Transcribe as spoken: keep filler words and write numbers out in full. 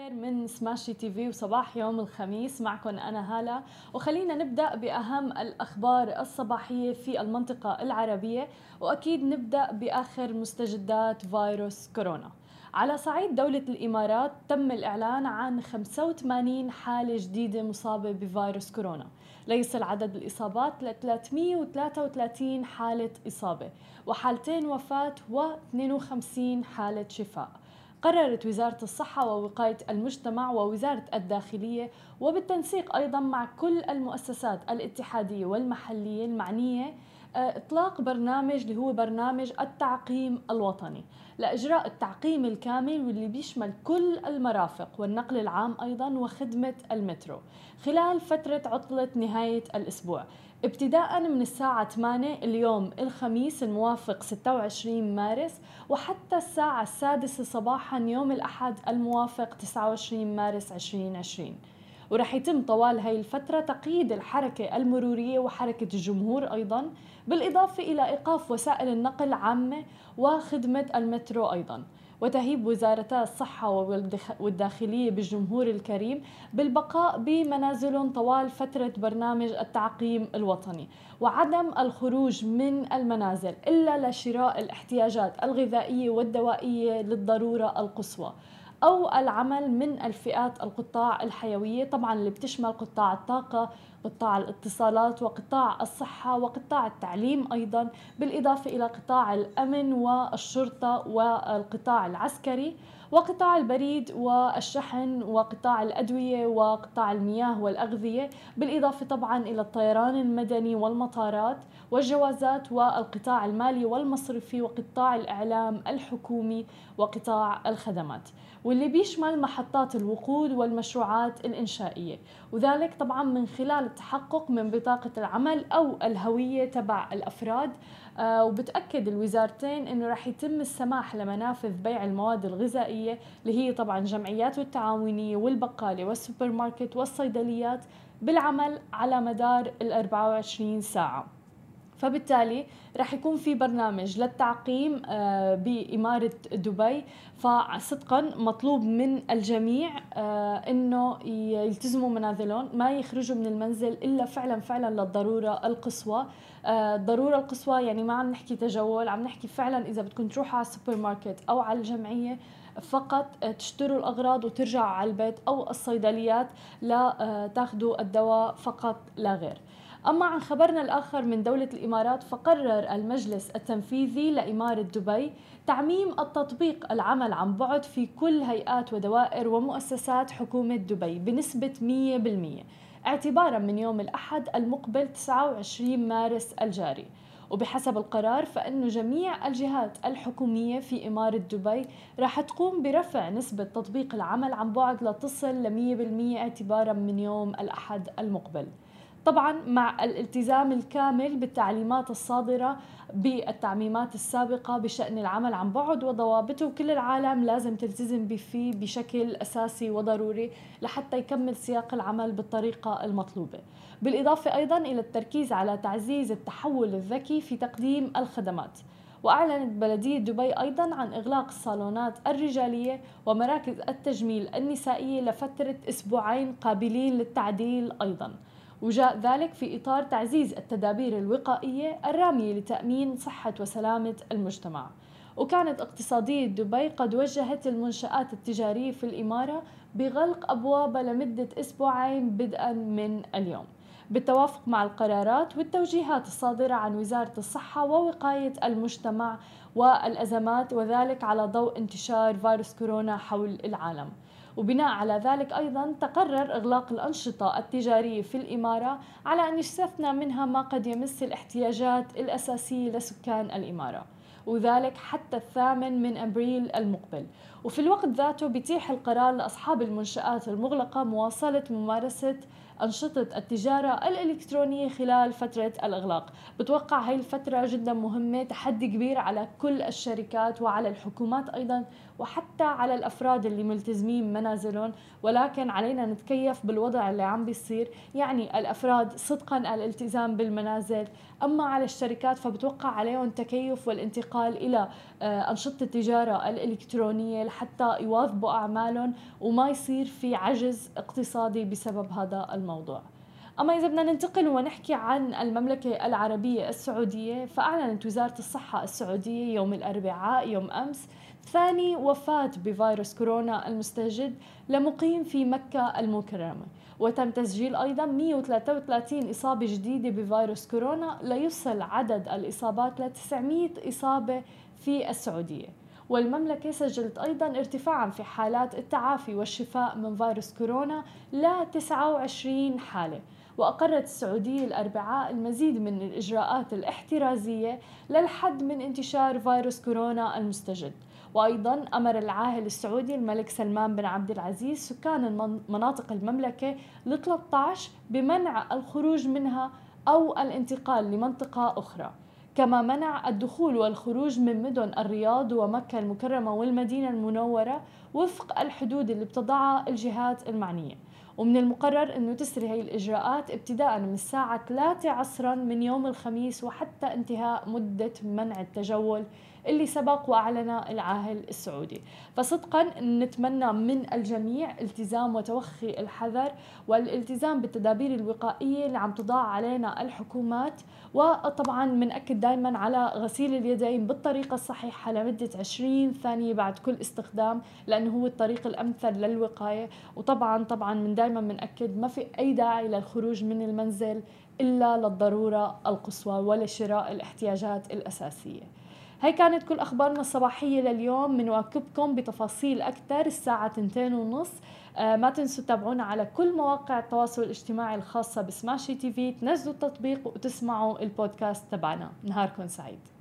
الخير من سماشي تي في وصباح يوم الخميس. معكم أنا هالة، وخلينا نبدأ بأهم الأخبار الصباحية في المنطقة العربية، وأكيد نبدأ بآخر مستجدات فيروس كورونا. على صعيد دولة الإمارات تم الإعلان عن خمسة وثمانين حالة جديدة مصابة بفيروس كورونا، ليصل عدد الإصابات ل ثلاثمئة وثلاثة وثلاثين حالة إصابة وحالتين وفاة واثنين وخمسين حالة شفاء. قررت وزارة الصحة ووقاية المجتمع ووزارة الداخلية وبالتنسيق أيضا مع كل المؤسسات الاتحادية والمحلية المعنية إطلاق برنامج اللي هو برنامج التعقيم الوطني لإجراء التعقيم الكامل واللي بيشمل كل المرافق والنقل العام أيضا وخدمة المترو خلال فترة عطلة نهاية الأسبوع، ابتداء من الساعة ثمانية اليوم الخميس الموافق ستة وعشرين مارس وحتى الساعة السادسة صباحا يوم الأحد الموافق تسعة وعشرين مارس ألفين وعشرين. ورح يتم طوال هاي الفترة تقييد الحركة المرورية وحركة الجمهور أيضا، بالإضافة إلى إيقاف وسائل النقل العامة وخدمة المترو أيضا، وتهيب وزارتا الصحة والداخلية بالجمهور الكريم بالبقاء بمنازلهم طوال فترة برنامج التعقيم الوطني، وعدم الخروج من المنازل إلا لشراء الاحتياجات الغذائية والدوائية للضرورة القصوى، أو العمل من الفئات القطاع الحيوية طبعا اللي بتشمل قطاع الطاقة، قطاع الاتصالات، وقطاع الصحة، وقطاع التعليم أيضا، بالإضافة إلى قطاع الأمن والشرطة والقطاع العسكري وقطاع البريد والشحن وقطاع الأدوية وقطاع المياه والأغذية، بالإضافة طبعا إلى الطيران المدني والمطارات والجوازات والقطاع المالي والمصرفي وقطاع الإعلام الحكومي وقطاع الخدمات، واللي بيشمل محطات الوقود والمشروعات الإنشائية، وذلك طبعا من خلال التحقق من بطاقة العمل أو الهوية تبع الأفراد. آه وبتأكد الوزارتين أنه رح يتم السماح لمنافذ بيع المواد الغذائية اللي هي طبعا الجمعيات والتعاونية والبقالة والسوبر ماركت والصيدليات بالعمل على مدار ال أربعة وعشرين ساعة. فبالتالي رح يكون في برنامج للتعقيم بإمارة دبي، فصدقا مطلوب من الجميع انه يلتزموا منازلهم، ما يخرجوا من المنزل الا فعلا فعلا للضروره القصوى. الضروره القصوى يعني ما عم نحكي تجول، عم نحكي فعلا اذا بدكم تروحوا على السوبر ماركت او على الجمعيه فقط تشتروا الأغراض وترجعوا على البيت، أو الصيدليات لا تاخذوا الدواء فقط لا غير. أما عن خبرنا الآخر من دولة الإمارات، فقرر المجلس التنفيذي لإمارة دبي تعميم التطبيق العمل عن بعد في كل هيئات ودوائر ومؤسسات حكومة دبي بنسبة مئة بالمئة اعتبارا من يوم الأحد المقبل تسعة وعشرين مارس الجاري. وبحسب القرار فإنه جميع الجهات الحكومية في إمارة دبي راح تقوم برفع نسبة تطبيق العمل عن بعد لتصل ل مئة بالمئة اعتبارا من يوم الأحد المقبل، طبعا مع الالتزام الكامل بالتعليمات الصادرة بالتعميمات السابقة بشأن العمل عن بعد وضوابطه، وكل العالم لازم تلتزم فيه بشكل أساسي وضروري لحتى يكمل سياق العمل بالطريقة المطلوبة، بالإضافة أيضا إلى التركيز على تعزيز التحول الذكي في تقديم الخدمات. وأعلنت بلدية دبي أيضا عن إغلاق الصالونات الرجالية ومراكز التجميل النسائية لفترة أسبوعين قابلين للتعديل أيضا، وجاء ذلك في إطار تعزيز التدابير الوقائية الرامية لتأمين صحة وسلامة المجتمع. وكانت اقتصادية دبي قد وجهت المنشآت التجارية في الإمارة بغلق أبوابها لمدة أسبوعين بدءا من اليوم، بالتوافق مع القرارات والتوجيهات الصادرة عن وزارة الصحة ووقاية المجتمع والأزمات، وذلك على ضوء انتشار فيروس كورونا حول العالم. وبناء على ذلك أيضا تقرر إغلاق الأنشطة التجارية في الإمارة على أن يستثنى منها ما قد يمس الاحتياجات الأساسية لسكان الإمارة، وذلك حتى الثامن من أبريل المقبل. وفي الوقت ذاته بيتيح القرار لأصحاب المنشآت المغلقة مواصلة ممارسة أنشطة التجارة الإلكترونية خلال فترة الإغلاق. بتوقع هاي الفترة جدا مهمة، تحدي كبير على كل الشركات وعلى الحكومات أيضا، وحتى على الأفراد اللي ملتزمين منازلهم، ولكن علينا نتكيف بالوضع اللي عم بيصير. يعني الأفراد صدقا الالتزام بالمنازل، أما على الشركات فبتوقع عليهم تكيف والانتقال إلى أنشطة التجارة الإلكترونية لحتى يواظبوا أعمالهم وما يصير في عجز اقتصادي بسبب هذا الموضوع. أما إذا بدنا ننتقل ونحكي عن المملكة العربية السعودية، فأعلنت وزارة الصحة السعودية يوم الأربعاء يوم أمس ثاني وفاة بفيروس كورونا المستجد لمقيم في مكة المكرمة، وتم تسجيل أيضا مئة وثلاثة وثلاثين إصابة جديدة بفيروس كورونا ليصل عدد الإصابات ل تسعمئة إصابة في السعودية. والمملكة سجلت أيضا ارتفاعا في حالات التعافي والشفاء من فيروس كورونا ل تسعة وعشرين حالة. وأقرت السعودية الأربعاء المزيد من الإجراءات الاحترازية للحد من انتشار فيروس كورونا المستجد. وأيضا أمر العاهل السعودي الملك سلمان بن عبد العزيز سكان مناطق المملكة ل ثلاثة عشر بمنع الخروج منها أو الانتقال لمنطقة أخرى، كما منع الدخول والخروج من مدن الرياض ومكة المكرمة والمدينة المنورة وفق الحدود اللي بتضعها الجهات المعنية. ومن المقرر أنه تسري هي الإجراءات ابتداء من الساعة ثلاثة عصرا من يوم الخميس وحتى انتهاء مدة منع التجول اللي سبق وأعلن العاهل السعودي. فصدقا نتمنى من الجميع التزام وتوخي الحذر والالتزام بالتدابير الوقائية اللي عم تضاع علينا الحكومات، وطبعا بنأكد دائما على غسيل اليدين بالطريقة الصحيحة لمدة عشرين ثانية بعد كل استخدام، لأنه هو الطريق الأمثل للوقاية. وطبعا طبعا من دائما بنأكد ما في أي داعي للخروج من المنزل إلا للضرورة القصوى ولشراء الاحتياجات الأساسية. هي كانت كل أخبارنا الصباحية لليوم، بنواكبكم بتفاصيل أكثر الساعة اثنتين وثلاثين. آه ما تنسوا تتابعونا على كل مواقع التواصل الاجتماعي الخاصة بسماشي تي في، تنزلوا التطبيق وتسمعوا البودكاست تبعنا. نهاركم سعيد.